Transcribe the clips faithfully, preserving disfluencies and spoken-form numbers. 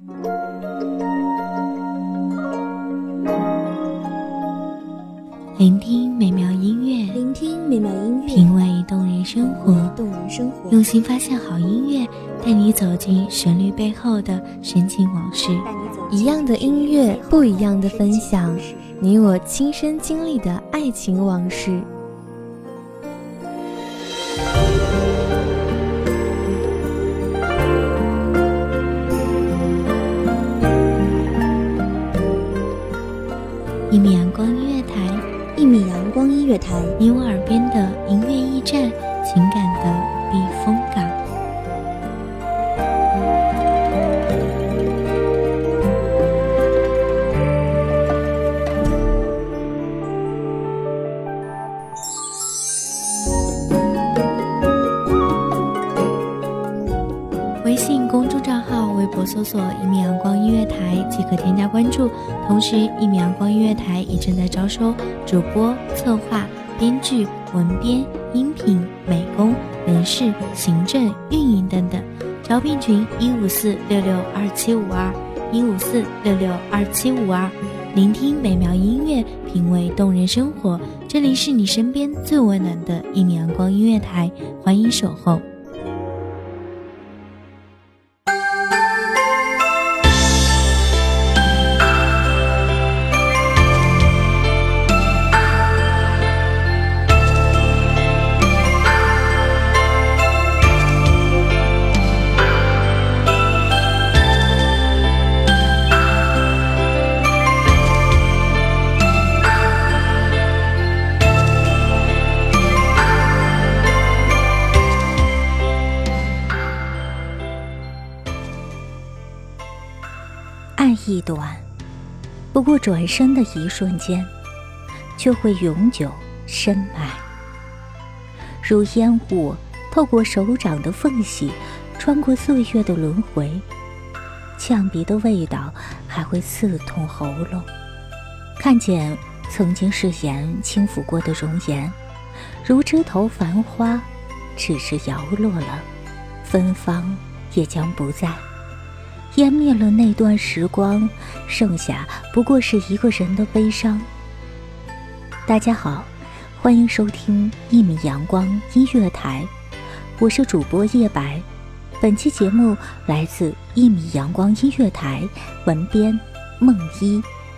聆听美妙音乐， 聆听美妙音乐， 品味动人生活， 动人生活， 用心发现好音乐，带你走进旋律背后的深情往事。 一样的音乐，不一样的分享，你我亲身经历的爱情往事。 一米阳光音乐台， 一米阳光音乐台， 你我耳边的音乐驿站，情感的避风港。微信公众账号、微博搜索“一米阳光音乐台”即可添加关注。同时，一米阳光音乐台已正在招收主播、策划、编剧、文编、音频、美工、人事、行政、运营等等。招聘群一五四六六二七五二一五四六六二七五二。聆听美妙音乐，品味动人生活。这里是你身边最温暖的一米阳光音乐台，欢迎守候。 爱一短，不过转身的一瞬间，却会永久深埋。如烟雾透过手掌的缝隙，穿过岁月的轮回，呛鼻的味道还会刺痛喉咙。看见曾经誓言轻抚过的容颜，如枝头繁花，只是摇落了，芬芳也将不在。湮灭了那段时光，剩下不过是一个人的悲伤。大家好，欢迎收听一米阳光音乐台，我是主播叶白。本期节目来自一米阳光音乐台，文编梦一。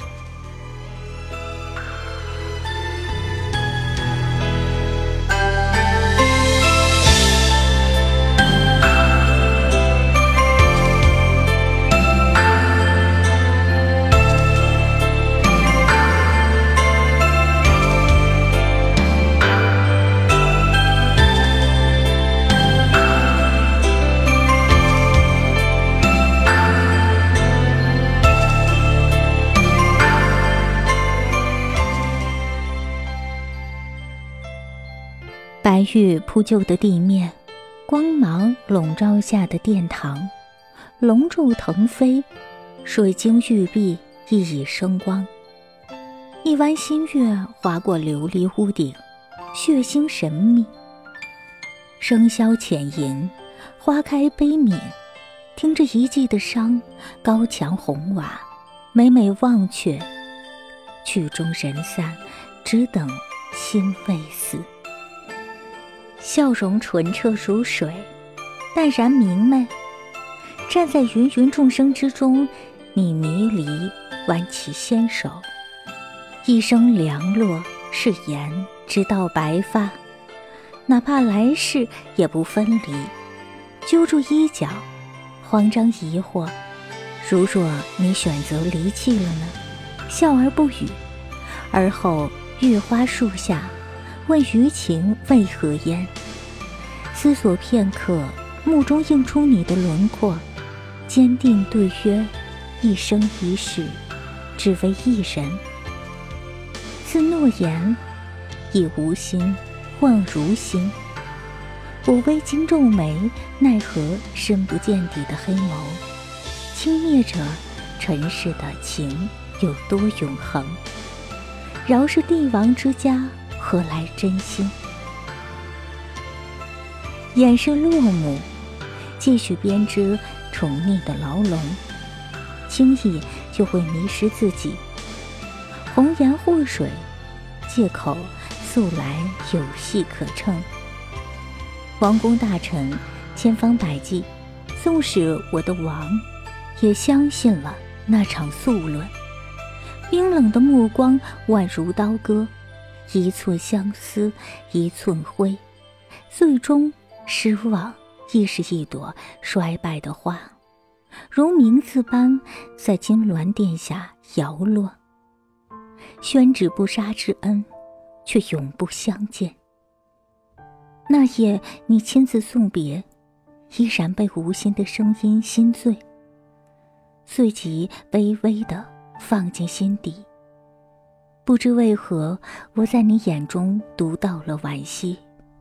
白玉铺就的地面，光芒笼罩下的殿堂，龙柱腾飞，水晶玉璧熠熠生光。一弯新月划过琉璃屋顶，血腥神秘。笙箫浅吟，花开悲悯，听着一季的伤，高墙红瓦，每每忘却，曲终人散，只等心未死。笑容纯澈如水，淡然明媚。站在芸芸众生之中，你迷离挽起纤手，一生凉落是颜，直到白发，哪怕来世也不分离。揪住衣角，慌张疑惑，如若你选择离弃了呢？笑而不语，而后月花树下，问余情为何焉？思索片刻，目中映出你的轮廓，坚定对约，一生一世，只为一人。似诺言，亦无心，望如心。我微惊皱眉，奈何深不见底的黑眸，轻蔑着尘世的情有多永恒。饶是帝王之家，何来真心？眼是落幕，继续编织宠溺的牢笼， 轻易就会迷失自己。红颜祸水，借口素来有戏可乘。王公大臣千方百计，纵使我的王也相信了那场诉论。冰冷的目光宛如刀割，一寸相思一寸灰，最终失望亦是一朵衰败的花，如名字般在金銮殿下摇落。宣旨不杀之恩，却永不相见。那夜你亲自送别，依然被无心的声音心醉，随即卑微地放进心底。不知为何，我在你眼中读到了惋惜。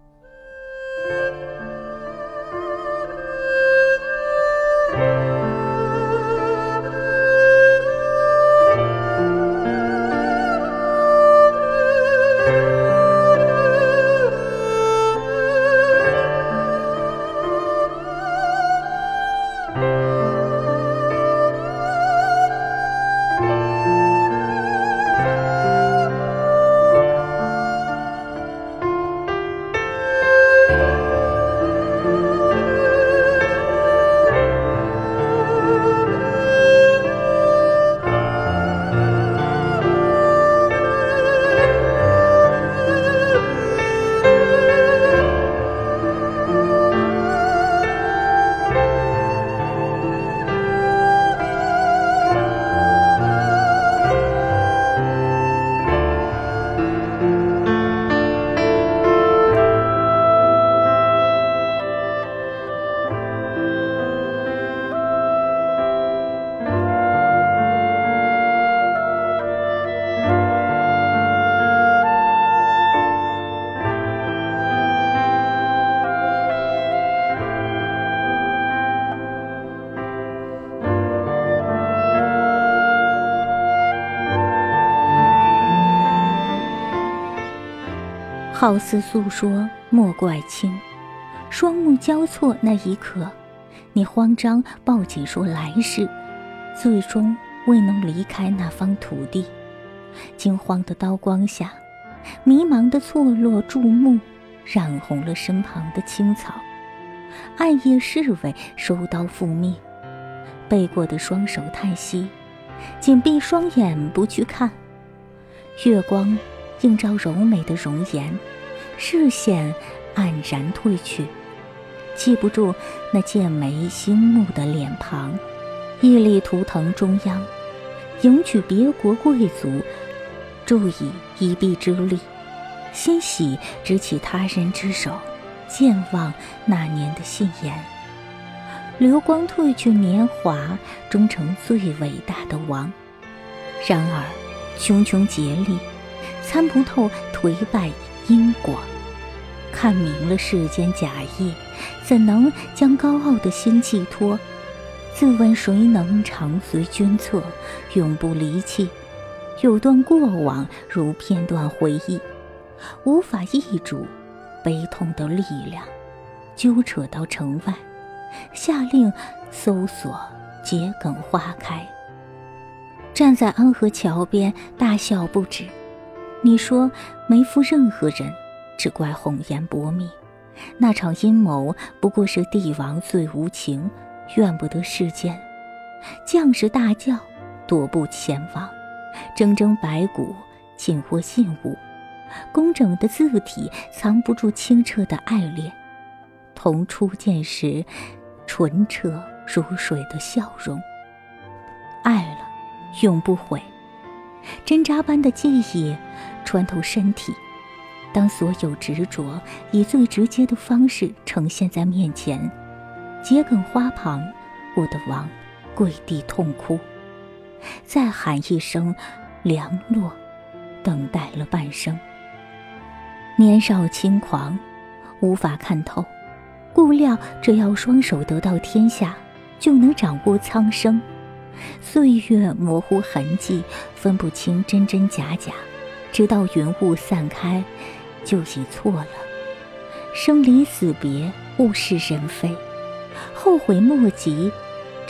好似诉说莫怪卿，双目交错那一刻，你慌张抱紧说来世，最终未能离开那方土地。惊慌的刀光下，迷茫的错落注目，染红了身旁的青草。暗夜侍卫收刀复命，背过的双手叹息，紧闭双眼不去看。月光映照柔美的容颜，视线黯然褪去，记不住那剑眉星目的脸庞。屹立图腾中央，迎娶别国贵族，助以一臂之力，欣喜执起他人之手，健忘那年的信言。流光褪去年华，终成最伟大的王。然而茕茕孑立，参不透颓败因果。看明了世间假意，怎能将高傲的心寄托？自问谁能长随君侧，永不离弃？有段过往如片段回忆，无法抑住悲痛的力量，揪扯到城外，下令搜索桔梗花开。站在安河桥边大笑不止，你说没负任何人，只怪红颜薄命。那场阴谋不过是帝王最无情，怨不得世间。将士大叫，踱步前往，铮铮白骨尽获信物，工整的字体藏不住清澈的爱恋，同初见时纯澈如水的笑容。爱了永不悔，针扎般的记忆穿透身体。当所有执着以最直接的方式呈现在面前，桔梗花旁，我的王跪地痛哭，再喊一声凉落，等待了半生。年少轻狂，无法看透，故料只要双手得到天下，就能掌握苍生。岁月模糊痕迹，分不清真真假假，直到云雾散开，就已错了。生离死别，物是人非，后悔莫及，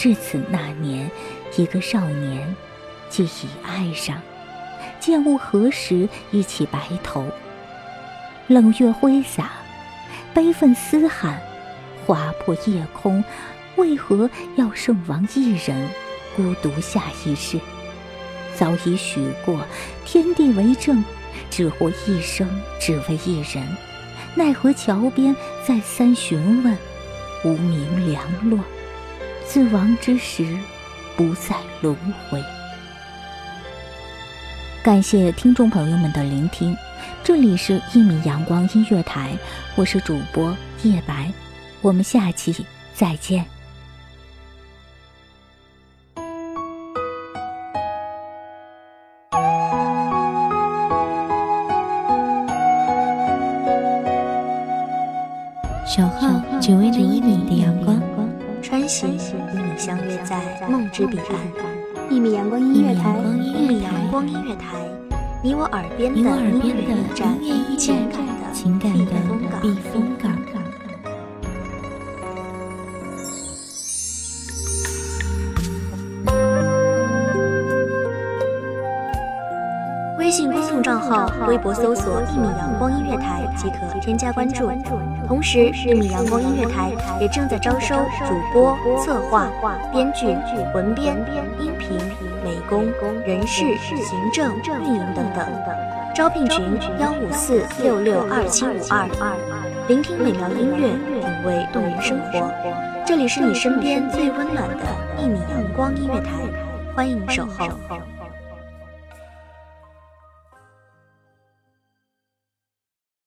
至此那年，一个少年既已爱上，见物何时一起白头。冷月挥洒，悲愤嘶喊，划破夜空，为何要圣王一人孤独下一世？早已许过，天地为证，只活一生，只为一人。奈何桥边再三询问，无名凉落。自亡之时，不再轮回。感谢听众朋友们的聆听，这里是一米阳光音乐台，我是主播叶白，我们下期再见。 守候只为那一米的阳光， 穿行与你相约在梦之彼岸。 一米阳光音乐台， 一米阳光音乐台，你我耳边的音乐驿站，情感的情感的避风港。 微信公众账号、微博搜索“一米阳光音乐台”即可添加关注。同时，一米阳光音乐台也正在招收主播、策划、编剧、文编、音频、美工、人事、行政、运营等等。招聘群：幺五四六六二七五二。聆听美妙音乐，品味动人生活。这里是你身边最温暖的一米阳光音乐台，欢迎守候。